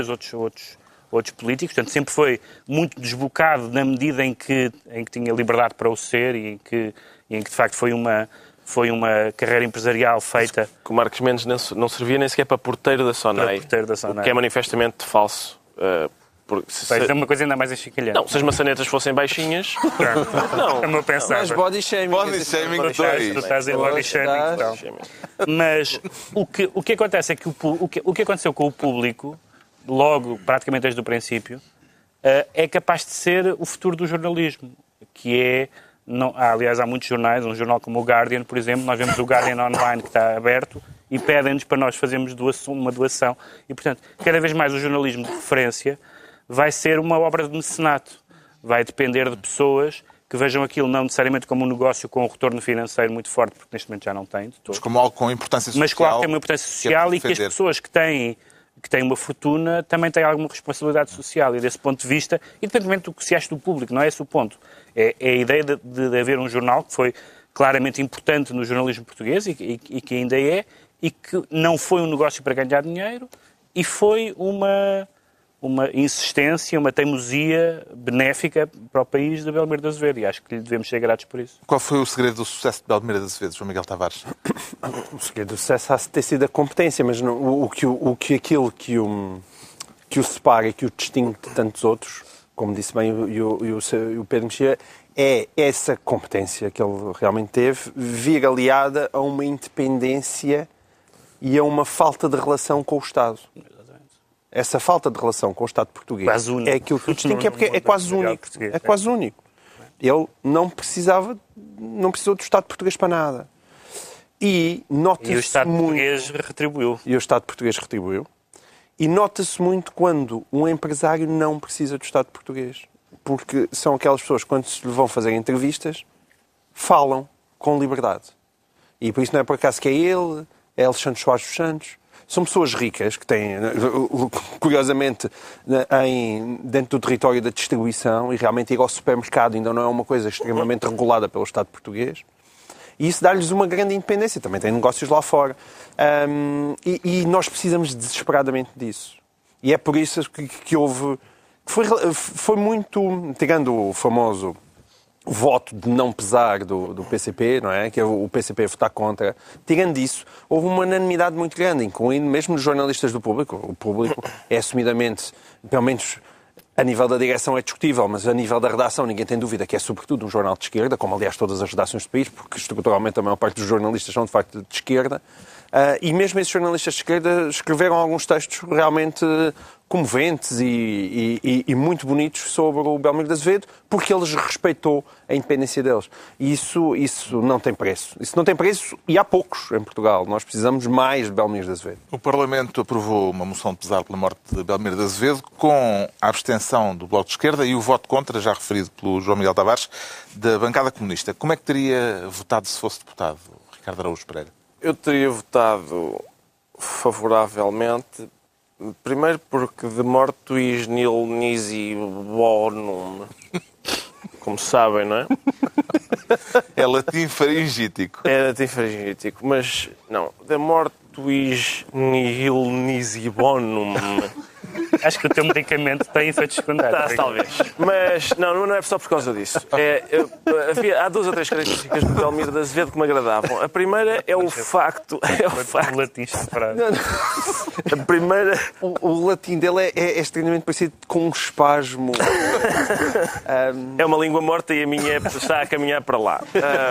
políticos. Portanto, sempre foi muito desbocado na medida em que tinha liberdade para o ser e em que de facto foi uma carreira empresarial feita... Que o Marcos Mendes não servia nem sequer para porteiro da SONAI. O que é manifestamente falso. É uma coisa ainda mais enxicalhante. Não, se as maçanetas fossem baixinhas... Não. É o meu pensar. Mas body shaming. Tu estás em body shaming. Mas o que acontece é que o que aconteceu com o Público, logo, praticamente desde o princípio, é capaz de ser o futuro do jornalismo, que é... aliás, há muitos jornais, um jornal como o Guardian, por exemplo, nós vemos o Guardian Online que está aberto e pedem-nos para nós fazermos uma doação. E, portanto, cada vez mais o jornalismo de referência vai ser uma obra de mecenato. Vai depender de pessoas que vejam aquilo não necessariamente como um negócio com um retorno financeiro muito forte, porque neste momento já não tem. Mas como algo com importância social. Mas claro que tem uma importância social e que as pessoas que têm uma fortuna também têm alguma responsabilidade social. E desse ponto de vista, independentemente do que se acha do Público, não é esse o ponto. É a ideia de haver um jornal que foi claramente importante no jornalismo português e que ainda é, e que não foi um negócio para ganhar dinheiro, e foi uma insistência, uma teimosia benéfica para o país de Belmiro de Azevedo, e acho que lhe devemos ser gratos por isso. Qual foi o segredo do sucesso de Belmiro de Azevedo, João Miguel Tavares? O segredo do sucesso há de ter sido a competência, mas aquilo que o separa e que o distingue de tantos outros, como disse bem o Pedro Mexia, é essa competência que ele realmente teve, vir aliada a uma independência e a uma falta de relação com o Estado. Essa falta de relação com o Estado português é aquilo que o distingue, é quase único. É quase único. Ele não precisou do Estado português para nada. E o Estado português retribuiu. E nota-se muito quando um empresário não precisa do Estado português. Porque são aquelas pessoas que, quando se lhe vão fazer entrevistas, falam com liberdade. E por isso não é por acaso que é ele, é Alexandre Soares dos Santos. São pessoas ricas que têm, curiosamente, dentro do território da distribuição, e realmente ir ao supermercado ainda não é uma coisa extremamente regulada pelo Estado português. E isso dá-lhes uma grande independência. Também têm negócios lá fora. E nós precisamos desesperadamente disso. E é por isso que houve... Foi muito... Tirando o famoso voto de não pesar do PCP, não é? Que é o PCP votar contra. Tirando isso, houve uma unanimidade muito grande, incluindo mesmo os jornalistas do Público. O Público é assumidamente, pelo menos a nível da direção é discutível, mas a nível da redação ninguém tem dúvida que é sobretudo um jornal de esquerda, como aliás todas as redações do país, porque estruturalmente a maior parte dos jornalistas são de facto de esquerda. E mesmo esses jornalistas de esquerda escreveram alguns textos realmente comoventes e muito bonitos sobre o Belmiro de Azevedo, porque ele respeitou a independência deles. E isso não tem preço. Isso não tem preço e há poucos em Portugal. Nós precisamos mais de Belmiro de Azevedo. O Parlamento aprovou uma moção de pesar pela morte de Belmiro de Azevedo com a abstenção do Bloco de Esquerda e o voto contra, já referido pelo João Miguel Tavares, da bancada comunista. Como é que teria votado se fosse deputado, Ricardo Araújo Pereira? Eu teria votado favoravelmente, primeiro porque de mortuis nil nisi bonum, como sabem, não é? É latim faringítico. É latim faringítico, mas não, de mortuis nil nisi bonum. Acho que o teu medicamento tem efeitos secundários. Talvez. Mas não é só por causa disso. Há 2 ou 3 características do Belmiro de Azevedo que me agradavam. A primeira é o facto... A primeira... O latim dele é extremamente parecido com um espasmo. É uma língua morta e a minha está a caminhar para lá.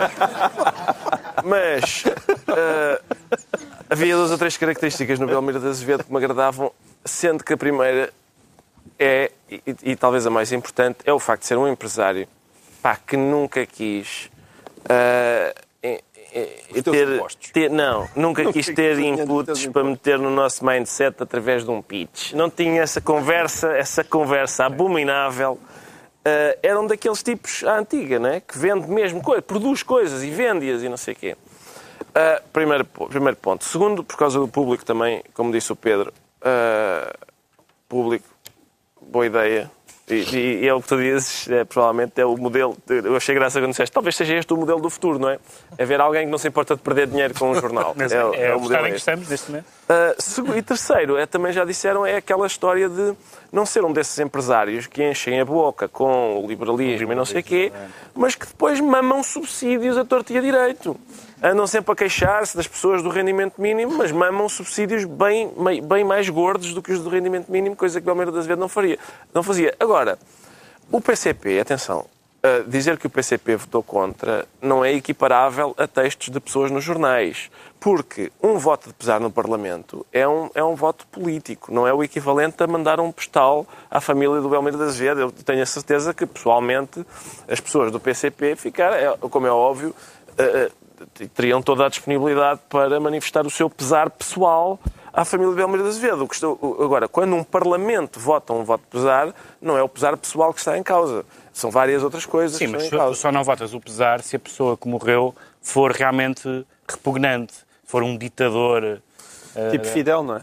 Mas havia 2 ou 3 características no Belmiro de Azevedo que me agradavam, sendo que a primeira é, e talvez a mais importante, é o facto de ser um empresário que nunca quis nunca quis ter inputs para meter no nosso mindset através de um pitch. Não tinha essa conversa abominável. Era um daqueles tipos à antiga, né? Que vende mesmo coisas, produz coisas e vende-as e não sei o quê. Primeiro ponto. Segundo, por causa do público também, como disse o Pedro, público, boa ideia. E é o que tu dizes, provavelmente é o modelo. Eu achei graça quando disseste, talvez seja este o modelo do futuro, não é? É ver alguém que não se importa de perder dinheiro com um jornal. É o modelo em que estamos neste momento. E terceiro, também já disseram, é aquela história de não ser um desses empresários que enchem a boca com o liberalismo e não sei o quê, mas que depois mamam subsídios a torto e a direito. Andam sempre a queixar-se das pessoas do rendimento mínimo, mas mamam subsídios bem mais gordos do que os do rendimento mínimo, coisa que Belmiro de Azevedo não fazia. Agora, o PCP, atenção, dizer que o PCP votou contra não é equiparável a textos de pessoas nos jornais, porque um voto de pesar no Parlamento é um voto político, não é o equivalente a mandar um postal à família do Belmiro de Azevedo. Eu tenho a certeza que, pessoalmente, as pessoas do PCP ficaram, como é óbvio, teriam toda a disponibilidade para manifestar o seu pesar pessoal à família de Belmiro de Azevedo. Agora, quando um Parlamento vota um voto de pesar, não é o pesar pessoal que está em causa. São várias outras coisas que estão em causa. Sim, mas só não votas o pesar se a pessoa que morreu for realmente repugnante, for um ditador. Tipo Fidel, não é?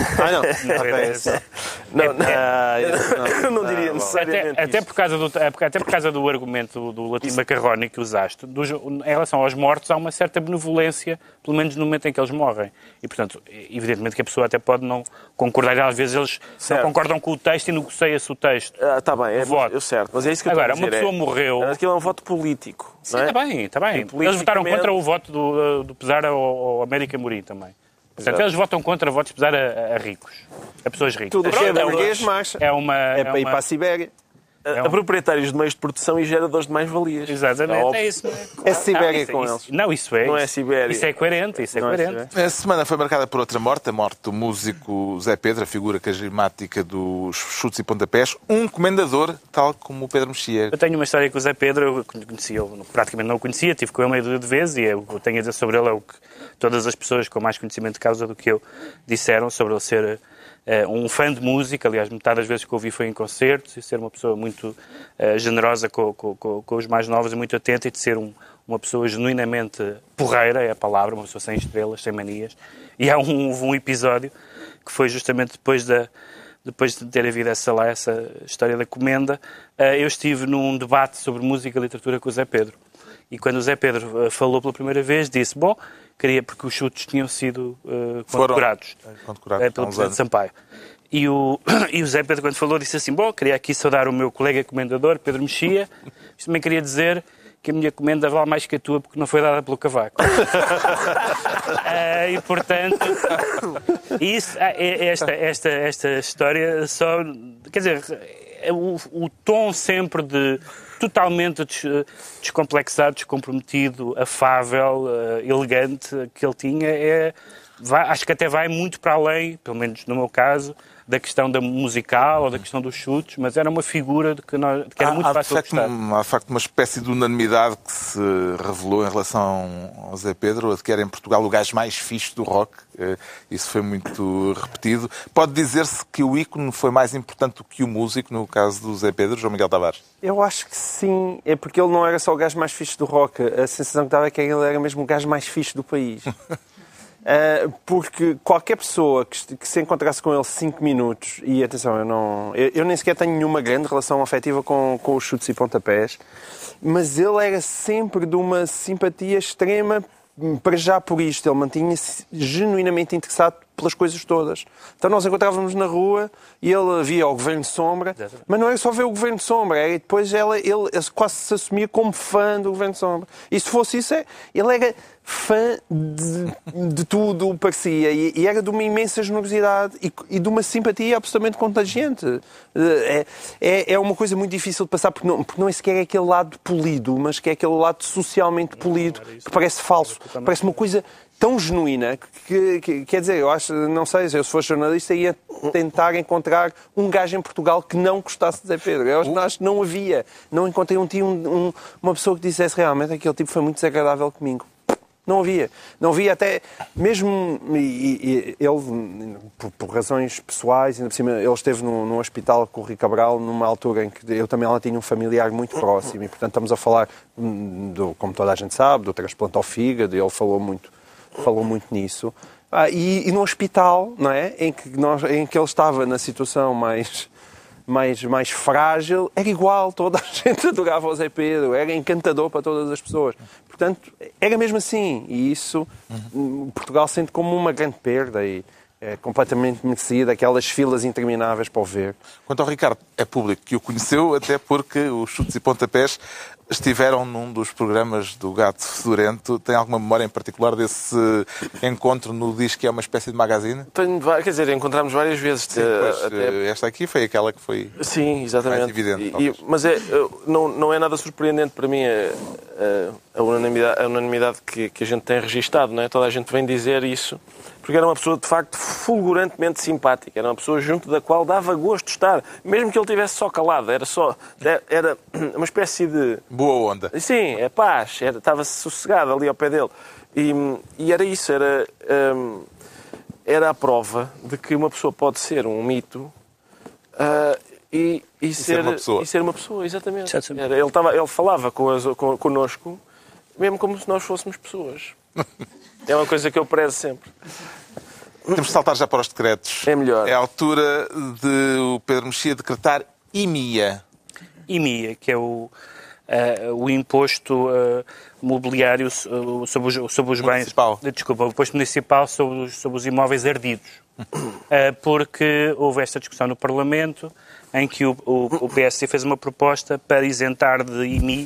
Eu não diria necessariamente até por causa do argumento do latim macarrónico que usaste, em relação aos mortos há uma certa benevolência, pelo menos no momento em que eles morrem. E, portanto, evidentemente que a pessoa até pode não concordar, às vezes eles não concordam com o texto e negocia-se o texto. Está bem, é certo, mas é isso que eu estou a dizer. Agora, uma pessoa morreu... Aquilo é um voto político. Sim, está bem. Eles votaram contra o voto do pesar ao América Morim também. Portanto, eles votam contra votos de pesar a ricos, a pessoas ricas. Tudo que é burguês, mas é para ir para a Sibéria. A proprietários de meios de produção e geradores de mais-valias. Exatamente, é isso. É Sibéria com eles. Não, isso é. Não é Sibéria. Isso é coerente, A semana foi marcada por outra morte, a morte do músico Zé Pedro, a figura carismática dos chutes e pontapés, um comendador, tal como o Pedro Mexia. Eu tenho uma história com o Zé Pedro, eu conhecia, eu praticamente não o conhecia, tive com ele meio de vezes e o que eu tenho a dizer sobre ele é o que todas as pessoas com mais conhecimento de causa do que eu disseram sobre ele ser um fã de música. Aliás, metade das vezes que eu ouvi foi em concertos, e ser uma pessoa muito generosa com os mais novos e muito atenta, e de ser uma pessoa genuinamente porreira, é a palavra, uma pessoa sem estrelas, sem manias. E houve um episódio que foi justamente depois de ter havido essa história da comenda, eu estive num debate sobre música e literatura com o Zé Pedro. E quando o Zé Pedro falou pela primeira vez, disse, porque os chutes tinham sido condecorados pelo Presidente Sampaio. E o Zé Pedro, quando falou, disse assim, queria aqui saudar o meu colega comendador, Pedro Mexia, mas também queria dizer que a minha comenda vale mais que a tua, porque não foi dada pelo cavaco. E, portanto, esta história só... Quer dizer, o tom sempre totalmente descomplexado, descomprometido, afável, elegante que ele tinha, acho que até vai muito para além, pelo menos no meu caso, da questão da musical ou da questão dos chutes, mas era uma figura que era muito fácil de gostar. Há de facto uma espécie de unanimidade que se revelou em relação ao Zé Pedro, de que era em Portugal o gajo mais fixe do rock. Isso foi muito repetido. Pode dizer-se que o ícone foi mais importante do que o músico, no caso do Zé Pedro, João Miguel Tavares? Eu acho que sim. É porque ele não era só o gajo mais fixe do rock. A sensação que dava é que ele era mesmo o gajo mais fixe do país. Porque qualquer pessoa que se encontrasse com ele 5 minutos, e atenção, eu nem sequer tenho nenhuma grande relação afetiva com os chutes e pontapés, mas ele era sempre de uma simpatia extrema para já por isto. Ele mantinha-se genuinamente interessado pelas coisas todas. Então nós encontrávamos na rua e ele via o Governo de Sombra, mas não era só ver o Governo de Sombra, era depois ele quase se assumia como fã do Governo de Sombra. E se fosse isso, ele era fã de tudo, parecia, e era de uma imensa generosidade e de uma simpatia absolutamente contagiante. É uma coisa muito difícil de passar, porque não é sequer aquele lado polido, mas que é aquele lado socialmente polido, que parece falso, parece uma coisa tão genuína que quer dizer, eu acho, não sei, se eu fosse jornalista ia tentar encontrar um gajo em Portugal que não gostasse de Zé Pedro. Eu acho que não havia. Não encontrei uma pessoa que dissesse realmente aquele tipo foi muito desagradável comigo. Não havia. Não havia até, mesmo ele, por razões pessoais, ainda por cima, ele esteve num hospital com o Rui Cabral numa altura em que eu também lá tinha um familiar muito próximo e, portanto, estamos a falar, como toda a gente sabe, do transplante ao fígado, ele falou muito nisso. E no hospital, não é? Em que ele estava na situação mais frágil, era igual, toda a gente adorava o Zé Pedro, era encantador para todas as pessoas. Portanto, era mesmo assim. E isso Portugal sente como uma grande perda e é completamente merecida, aquelas filas intermináveis para o ver. Quanto ao Ricardo, é público que o conheceu, até porque os chutes e pontapés estiveram num dos programas do Gato Fedorento. Tem alguma memória em particular desse encontro no Diz que é uma espécie de magazine? Quer dizer, encontramos várias vezes. Sim, esta aqui foi aquela que foi sim, exatamente. mais evidente. Mas não é nada surpreendente para mim a unanimidade que a gente tem registado. Não é? Toda a gente vem dizer isso. Porque era uma pessoa, de facto, fulgurantemente simpática. Era uma pessoa junto da qual dava gosto de estar. Mesmo que ele estivesse só calado. Era uma espécie de... Boa onda. Sim, é paz. Estava sossegado ali ao pé dele. E era isso. Era a prova de que uma pessoa pode ser um mito e ser uma pessoa. Exatamente. Ele falava connosco mesmo como se nós fôssemos pessoas. É uma coisa que eu prezo sempre. Temos de saltar já para os decretos. É melhor. É a altura de o Pedro Mexia decretar IMIA. IMIA, que é o imposto mobiliário sobre os bens... Desculpa, o imposto municipal sobre os imóveis ardidos. Porque houve esta discussão no Parlamento em que o PSD fez uma proposta para isentar de IMI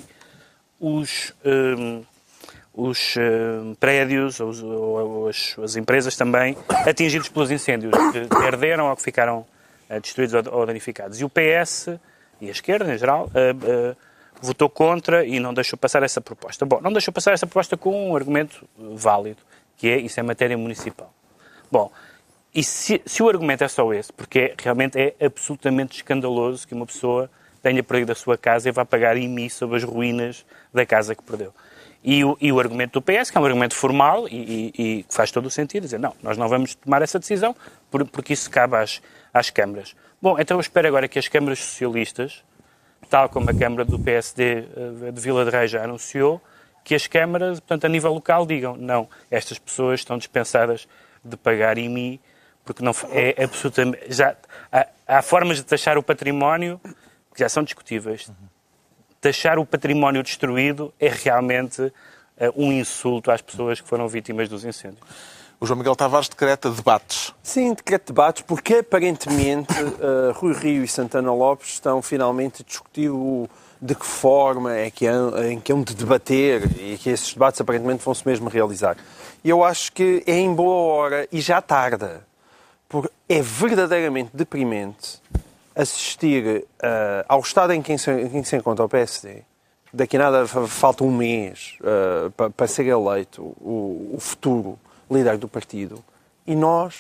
os prédios ou as empresas também atingidos pelos incêndios que arderam ou que ficaram destruídos ou danificados. E o PS e a esquerda, em geral, votou contra e não deixou passar essa proposta. Bom, não deixou passar essa proposta com um argumento válido, que é isso é matéria municipal. Bom, e se o argumento é só esse, porque realmente é absolutamente escandaloso que uma pessoa tenha perdido a sua casa e vá pagar IMI sobre as ruínas da casa que perdeu. E o argumento do PS, que é um argumento formal e que faz todo o sentido, dizer, não, nós não vamos tomar essa decisão porque isso cabe às câmaras. Bom, então eu espero agora que as câmaras socialistas, tal como a Câmara do PSD de Vila de Rei já anunciou, que as câmaras, portanto, a nível local, digam, não, estas pessoas estão dispensadas de pagar IMI, porque não é absolutamente... Há formas de taxar o património que já são discutíveis. Taxar o património destruído é realmente um insulto às pessoas que foram vítimas dos incêndios. O João Miguel Tavares decreta debates. Sim, decreta debates, porque aparentemente Rui Rio e Santana Lopes estão finalmente a discutir de que forma é que hão de debater e que esses debates aparentemente vão-se mesmo realizar. E eu acho que é em boa hora e já tarda, porque é verdadeiramente deprimente assistir ao estado em que se encontra o PSD. Daqui a nada falta um mês para ser eleito o futuro líder do partido. E nós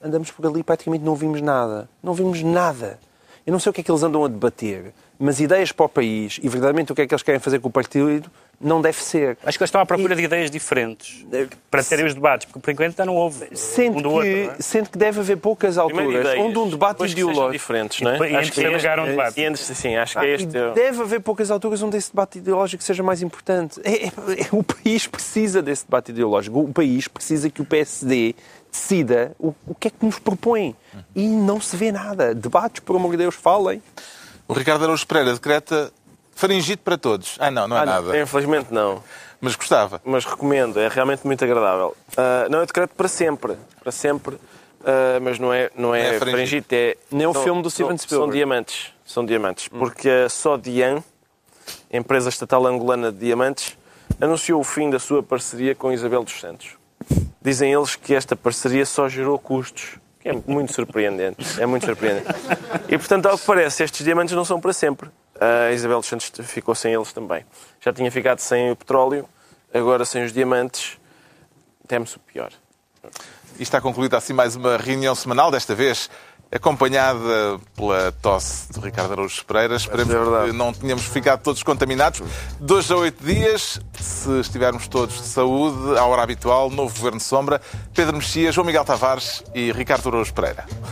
andamos por ali e praticamente não vimos nada. Não vimos nada. Eu não sei o que é que eles andam a debater, mas ideias para o país e verdadeiramente o que é que eles querem fazer com o partido não deve ser. Acho que eles estão à procura de ideias diferentes para terem os debates, porque por enquanto ainda não houve um do outro. Não é? Sente que deve haver poucas alturas onde um debate ideológico... diferentes, não é? E antes de ligar um debate. Acho que é este... Deve haver poucas alturas onde esse debate ideológico seja mais importante. O país precisa desse debate ideológico. O país precisa que o PSD decida o que é que nos propõe. E não se vê nada. Debates, por amor de Deus, falem. O Ricardo Araújo Pereira decreta faringite para todos. Não é nada. Infelizmente não. Mas gostava. Mas recomendo, é realmente muito agradável. Não é decreto para sempre. Para sempre. Mas não é faringite. É, nem o filme do Steven Spielberg. São diamantes. Porque a Sodian, empresa estatal angolana de diamantes, anunciou o fim da sua parceria com Isabel dos Santos. Dizem eles que esta parceria só gerou custos. Que é muito surpreendente. É muito surpreendente. E, portanto, ao que parece, estes diamantes não são para sempre. A Isabel dos Santos ficou sem eles também. Já tinha ficado sem o petróleo, agora sem os diamantes, teme-se o pior. E está concluída assim mais uma reunião semanal, desta vez acompanhada pela tosse de Ricardo Araújo Pereira. Esperemos que não tenhamos ficado todos contaminados. 2 a 8 dias, se estivermos todos de saúde, à hora habitual, novo Governo Sombra, Pedro Mexia, João Miguel Tavares e Ricardo Araújo Pereira.